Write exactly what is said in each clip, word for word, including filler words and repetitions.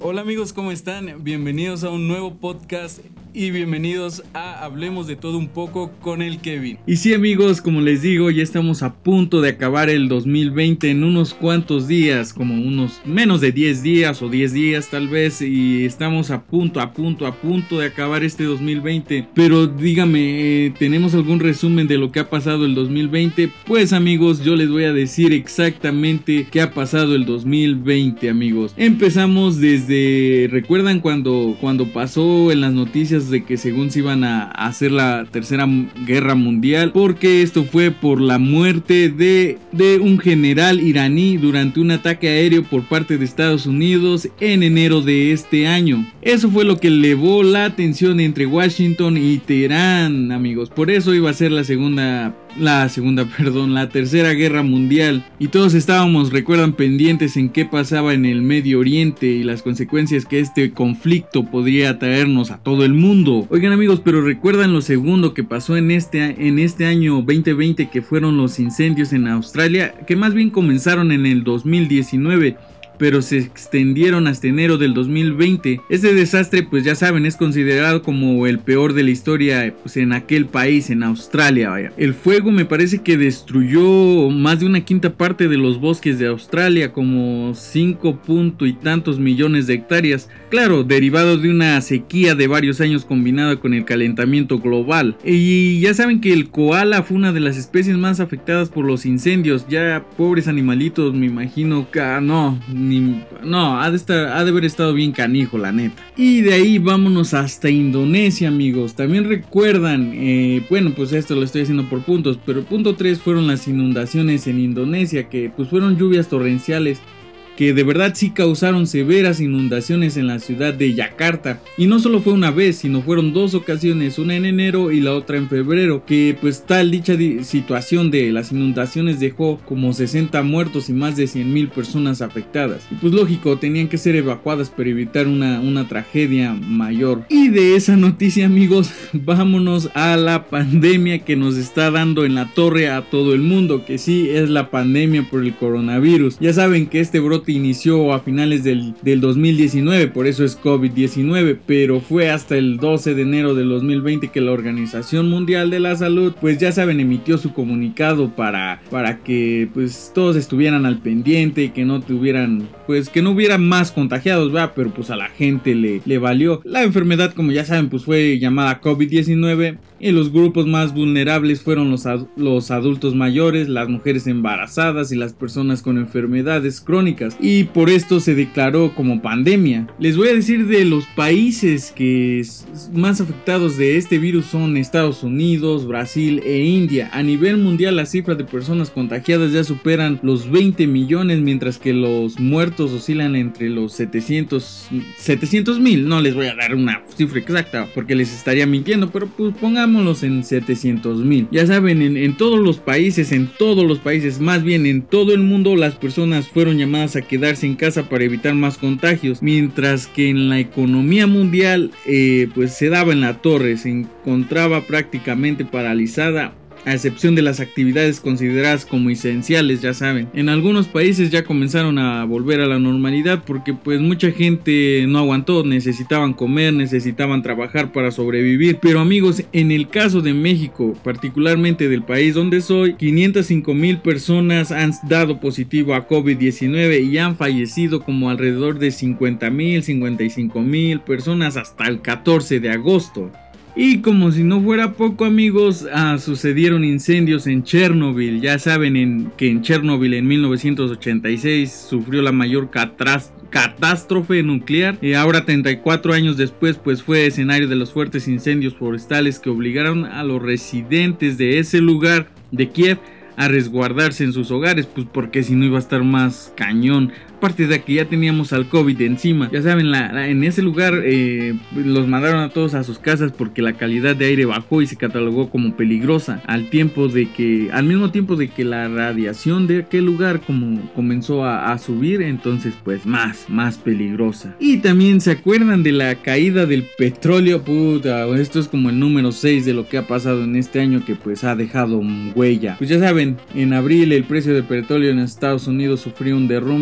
Hola amigos, ¿cómo están? Bienvenidos a un nuevo podcast y bienvenidos a Hablemos de Todo Un Poco con el Kevin. Y sí amigos, como les digo, ya estamos a punto de acabar el dos mil veinte en unos cuantos días, como unos menos de diez días o diez días tal vez, y estamos a punto, a punto, a punto de acabar este dos mil veinte. Pero dígame, eh, ¿tenemos algún resumen de lo que ha pasado el dos mil veinte? Pues amigos, yo les voy a decir exactamente qué ha pasado el dos mil veinte, amigos. Empezamos desde, ¿recuerdan cuando, cuando pasó en las noticias de que según se iban a hacer la tercera guerra mundial? Porque esto fue por la muerte de, de un general iraní durante un ataque aéreo por parte de Estados Unidos en enero de este año. Eso fue lo que elevó la tensión entre Washington y Teherán, amigos. Por eso iba a ser la segunda La segunda, perdón, la tercera guerra mundial. Y todos estábamos, recuerdan, pendientes en qué pasaba en el Medio Oriente y las consecuencias que este conflicto podría traernos a todo el mundo. Oigan amigos, pero recuerdan lo segundo que pasó en este, en este año veinte veinte, que fueron los incendios en Australia, que más bien comenzaron en el dos mil diecinueve. Pero se extendieron hasta enero del dos mil veinte. Este desastre, pues ya saben, es considerado como el peor de la historia, pues en aquel país, en Australia, vaya. El fuego me parece que destruyó más de una quinta parte de los bosques de Australia, como cinco punto y tantos millones de hectáreas. Claro, derivado de una sequía de varios años combinada con el calentamiento global. Y ya saben que el koala fue una de las especies más afectadas por los incendios. Ya, pobres animalitos, me imagino que ah, no... Ni, no, ha de, estar, ha de haber estado bien canijo, la neta. Y de ahí vámonos hasta Indonesia, amigos. También recuerdan, eh, bueno, pues esto lo estoy haciendo por puntos, pero el punto tres fueron las inundaciones en Indonesia, que pues fueron lluvias torrenciales que de verdad sí causaron severas inundaciones en la ciudad de Yakarta. Y no solo fue una vez, sino fueron dos ocasiones, una en enero y la otra en febrero, que pues tal dicha di- situación de las inundaciones dejó como sesenta muertos y más de cien mil personas afectadas. Y pues lógico, tenían que ser evacuadas para evitar una, una tragedia mayor. Y de esa noticia, amigos, vámonos a la pandemia que nos está dando en la torre a todo el mundo, que sí es la pandemia por el coronavirus. Ya saben que este brote inició a finales del, del dos mil diecinueve, por eso es COVID diecinueve, pero fue hasta el doce de enero del dos mil veinte que la Organización Mundial de la Salud, pues ya saben, emitió su comunicado para, para que pues todos estuvieran al pendiente y que no tuvieran, pues que no hubiera más contagiados, ¿verdad? Pero pues a la gente le, le valió. La enfermedad, como ya saben, pues fue llamada COVID diecinueve. Y los grupos más vulnerables fueron los, ad- los adultos mayores, las mujeres embarazadas y las personas con enfermedades crónicas. Y por esto se declaró como pandemia. Les voy a decir de los países que es más afectados de este virus son Estados Unidos, Brasil e India. A nivel mundial las cifras de personas contagiadas ya superan los veinte millones, mientras que los muertos oscilan entre los setecientos mil. No les voy a dar una cifra exacta porque les estaría mintiendo, pero pues pongamos en setecientos mil. Ya saben, en, en todos los países, en todos los países, más bien en todo el mundo, las personas fueron llamadas a quedarse en casa para evitar más contagios, mientras que en la economía mundial, eh, pues se daba en la torre, se encontraba prácticamente paralizada, a excepción de las actividades consideradas como esenciales, ya saben. En algunos países ya comenzaron a volver a la normalidad porque pues mucha gente no aguantó, necesitaban comer, necesitaban trabajar para sobrevivir. Pero amigos, en el caso de México, particularmente del país donde soy, quinientas cinco mil personas han dado positivo a COVID diecinueve y han fallecido como alrededor de cincuenta mil, cincuenta y cinco mil personas hasta el catorce de agosto. Y como si no fuera poco, amigos, ah, sucedieron incendios en Chernobyl. Ya saben en, que en Chernobyl en mil novecientos ochenta y seis sufrió la mayor catras, catástrofe nuclear. Y ahora treinta y cuatro años después pues fue escenario de los fuertes incendios forestales que obligaron a los residentes de ese lugar de Kiev a resguardarse en sus hogares, pues porque si no iba a estar más cañón. Aparte de que ya teníamos al COVID encima. Ya saben, la, la, en ese lugar eh, los mandaron a todos a sus casas porque la calidad de aire bajó y se catalogó como peligrosa. Al tiempo de que, al mismo tiempo de que la radiación de aquel lugar como comenzó a, a subir, entonces pues más, más peligrosa. Y también se acuerdan de la caída del petróleo. Puta, esto es como el número seis de lo que ha pasado en este año que pues ha dejado huella. Pues ya saben, en abril el precio del petróleo en Estados Unidos sufrió un derrumbe y los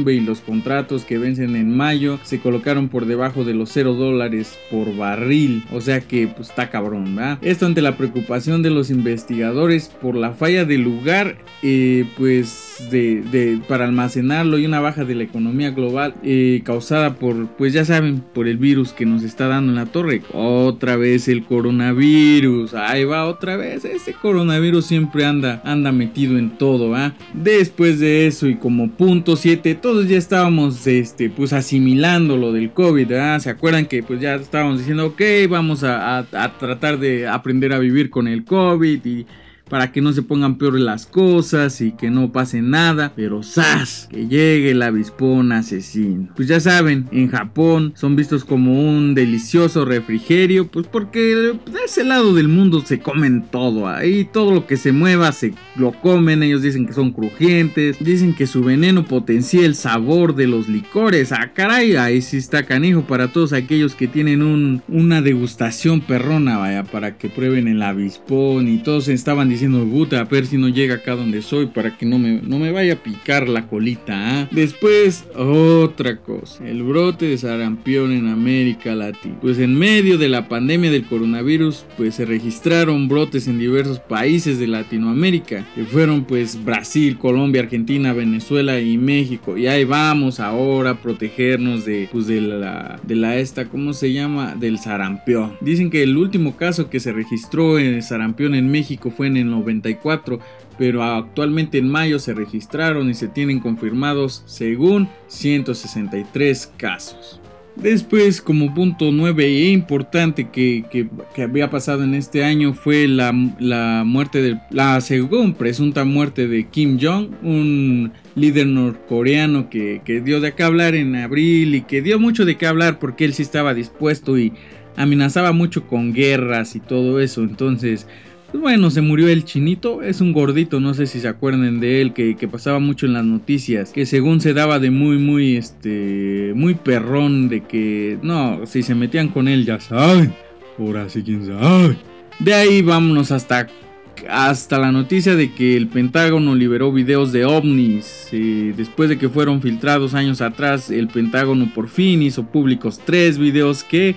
contratos que vencen en mayo se colocaron por debajo de los cero dólares por barril, o sea que pues está cabrón, ¿verdad? Esto ante la preocupación de los investigadores por la falla del lugar eh, pues de, de para almacenarlo y una baja de la economía global eh, causada por, pues ya saben, por el virus que nos está dando en la torre. Otra vez el coronavirus, ahí va otra vez, ese coronavirus siempre anda, anda metido en todo, ¿ah? Después de eso y como punto siete, todos ya estábamos este, pues asimilando lo del COVID, ¿verdad? ¿Se acuerdan que pues ya estábamos diciendo, ok, vamos a, a, a tratar de aprender a vivir con el COVID y para que no se pongan peor las cosas y que no pase nada? Pero ¡zas! Que llegue el avispón asesino. Pues ya saben, en Japón son vistos como un delicioso refrigerio, pues porque de ese lado del mundo se comen todo. Ahí todo lo que se mueva se lo comen. Ellos dicen que son crujientes, dicen que su veneno potencia el sabor de los licores. Ah, caray, ahí sí está canijo para todos aquellos que tienen un, una degustación perrona, vaya, para que prueben el avispón. Y todos estaban diciendo, diciendo, puta, a ver si no llega acá donde soy para que no me, no me vaya a picar la colita, ¿eh? Después, otra cosa, el brote de sarampión en América Latina. Pues en medio de la pandemia del coronavirus, pues se registraron brotes en diversos países de Latinoamérica, que fueron pues Brasil, Colombia, Argentina, Venezuela y México. Y ahí vamos ahora a protegernos de, pues de la, de la esta, ¿cómo se llama? Del sarampión. Dicen que el último caso que se registró en sarampión en México fue en el noventa y cuatro, pero actualmente en mayo se registraron y se tienen confirmados según ciento sesenta y tres casos. Después, como punto nueve e importante que, que, que había pasado en este año, fue la, la muerte de la según presunta muerte de Kim Jong, un líder norcoreano que, que dio de qué hablar en abril y que dio mucho de qué hablar porque él sí estaba dispuesto y amenazaba mucho con guerras y todo eso. Entonces, pues bueno, se murió el chinito, es un gordito, no sé si se acuerdan de él, que, que pasaba mucho en las noticias, que según se daba de muy, muy, este, muy perrón, de que, no, si se metían con él ya saben, ahora sí quién sabe. De ahí vámonos hasta, hasta la noticia de que el Pentágono liberó videos de ovnis, eh, después de que fueron filtrados años atrás. El Pentágono por fin hizo públicos tres videos que,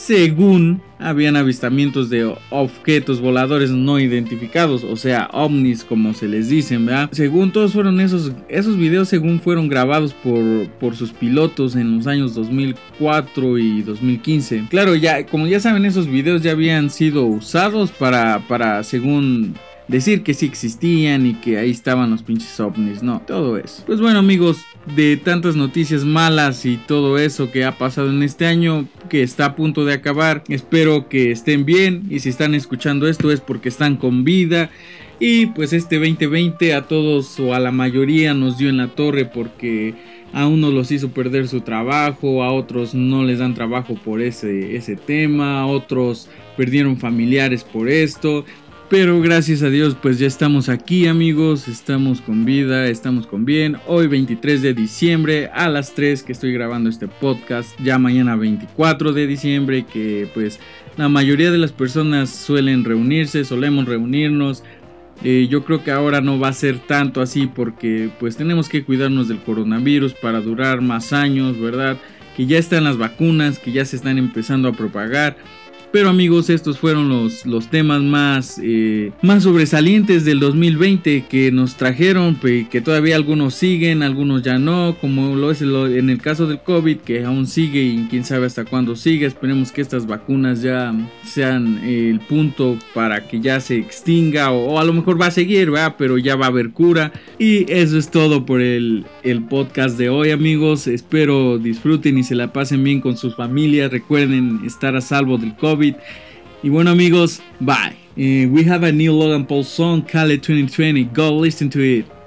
según, habían avistamientos de objetos voladores no identificados, o sea, ovnis como se les dicen, ¿verdad? Según todos fueron esos, esos videos según fueron grabados por, por sus pilotos en los años dos mil cuatro y dos mil quince. Claro, ya, como ya saben, esos videos ya habían sido usados para, para según decir que sí existían y que ahí estaban los pinches ovnis, no, todo eso. Pues bueno, amigos, de tantas noticias malas y todo eso que ha pasado en este año que está a punto de acabar, espero que estén bien, y si están escuchando esto es porque están con vida. Y pues este veinte veinte a todos o a la mayoría nos dio en la torre, porque a unos los hizo perder su trabajo, a otros no les dan trabajo por ese, ese tema, a otros perdieron familiares por esto. Pero gracias a Dios pues ya estamos aquí, amigos, estamos con vida, estamos con bien. Hoy veintitrés de diciembre a las tres que estoy grabando este podcast, ya mañana veinticuatro de diciembre, que pues la mayoría de las personas suelen reunirse, solemos reunirnos. Eh, yo creo que ahora no va a ser tanto así porque pues tenemos que cuidarnos del coronavirus para durar más años, ¿verdad? Que ya están las vacunas, que ya se están empezando a propagar. Pero amigos, estos fueron los, los temas más, eh, más sobresalientes del dos mil veinte que nos trajeron, que todavía algunos siguen, algunos ya no, como lo es lo, en el caso del COVID, que aún sigue y quién sabe hasta cuándo sigue. Esperemos que estas vacunas ya sean eh, el punto para que ya se extinga, o, o a lo mejor va a seguir, ¿verdad? Pero ya va a haber cura. Y eso es todo por el, el podcast de hoy, amigos. Espero disfruten y se la pasen bien con sus familias. Recuerden estar a salvo del COVID. Y bueno, amigos, bye. Uh, we have a new Logan Paul song, Cali twenty twenty. Go listen to it.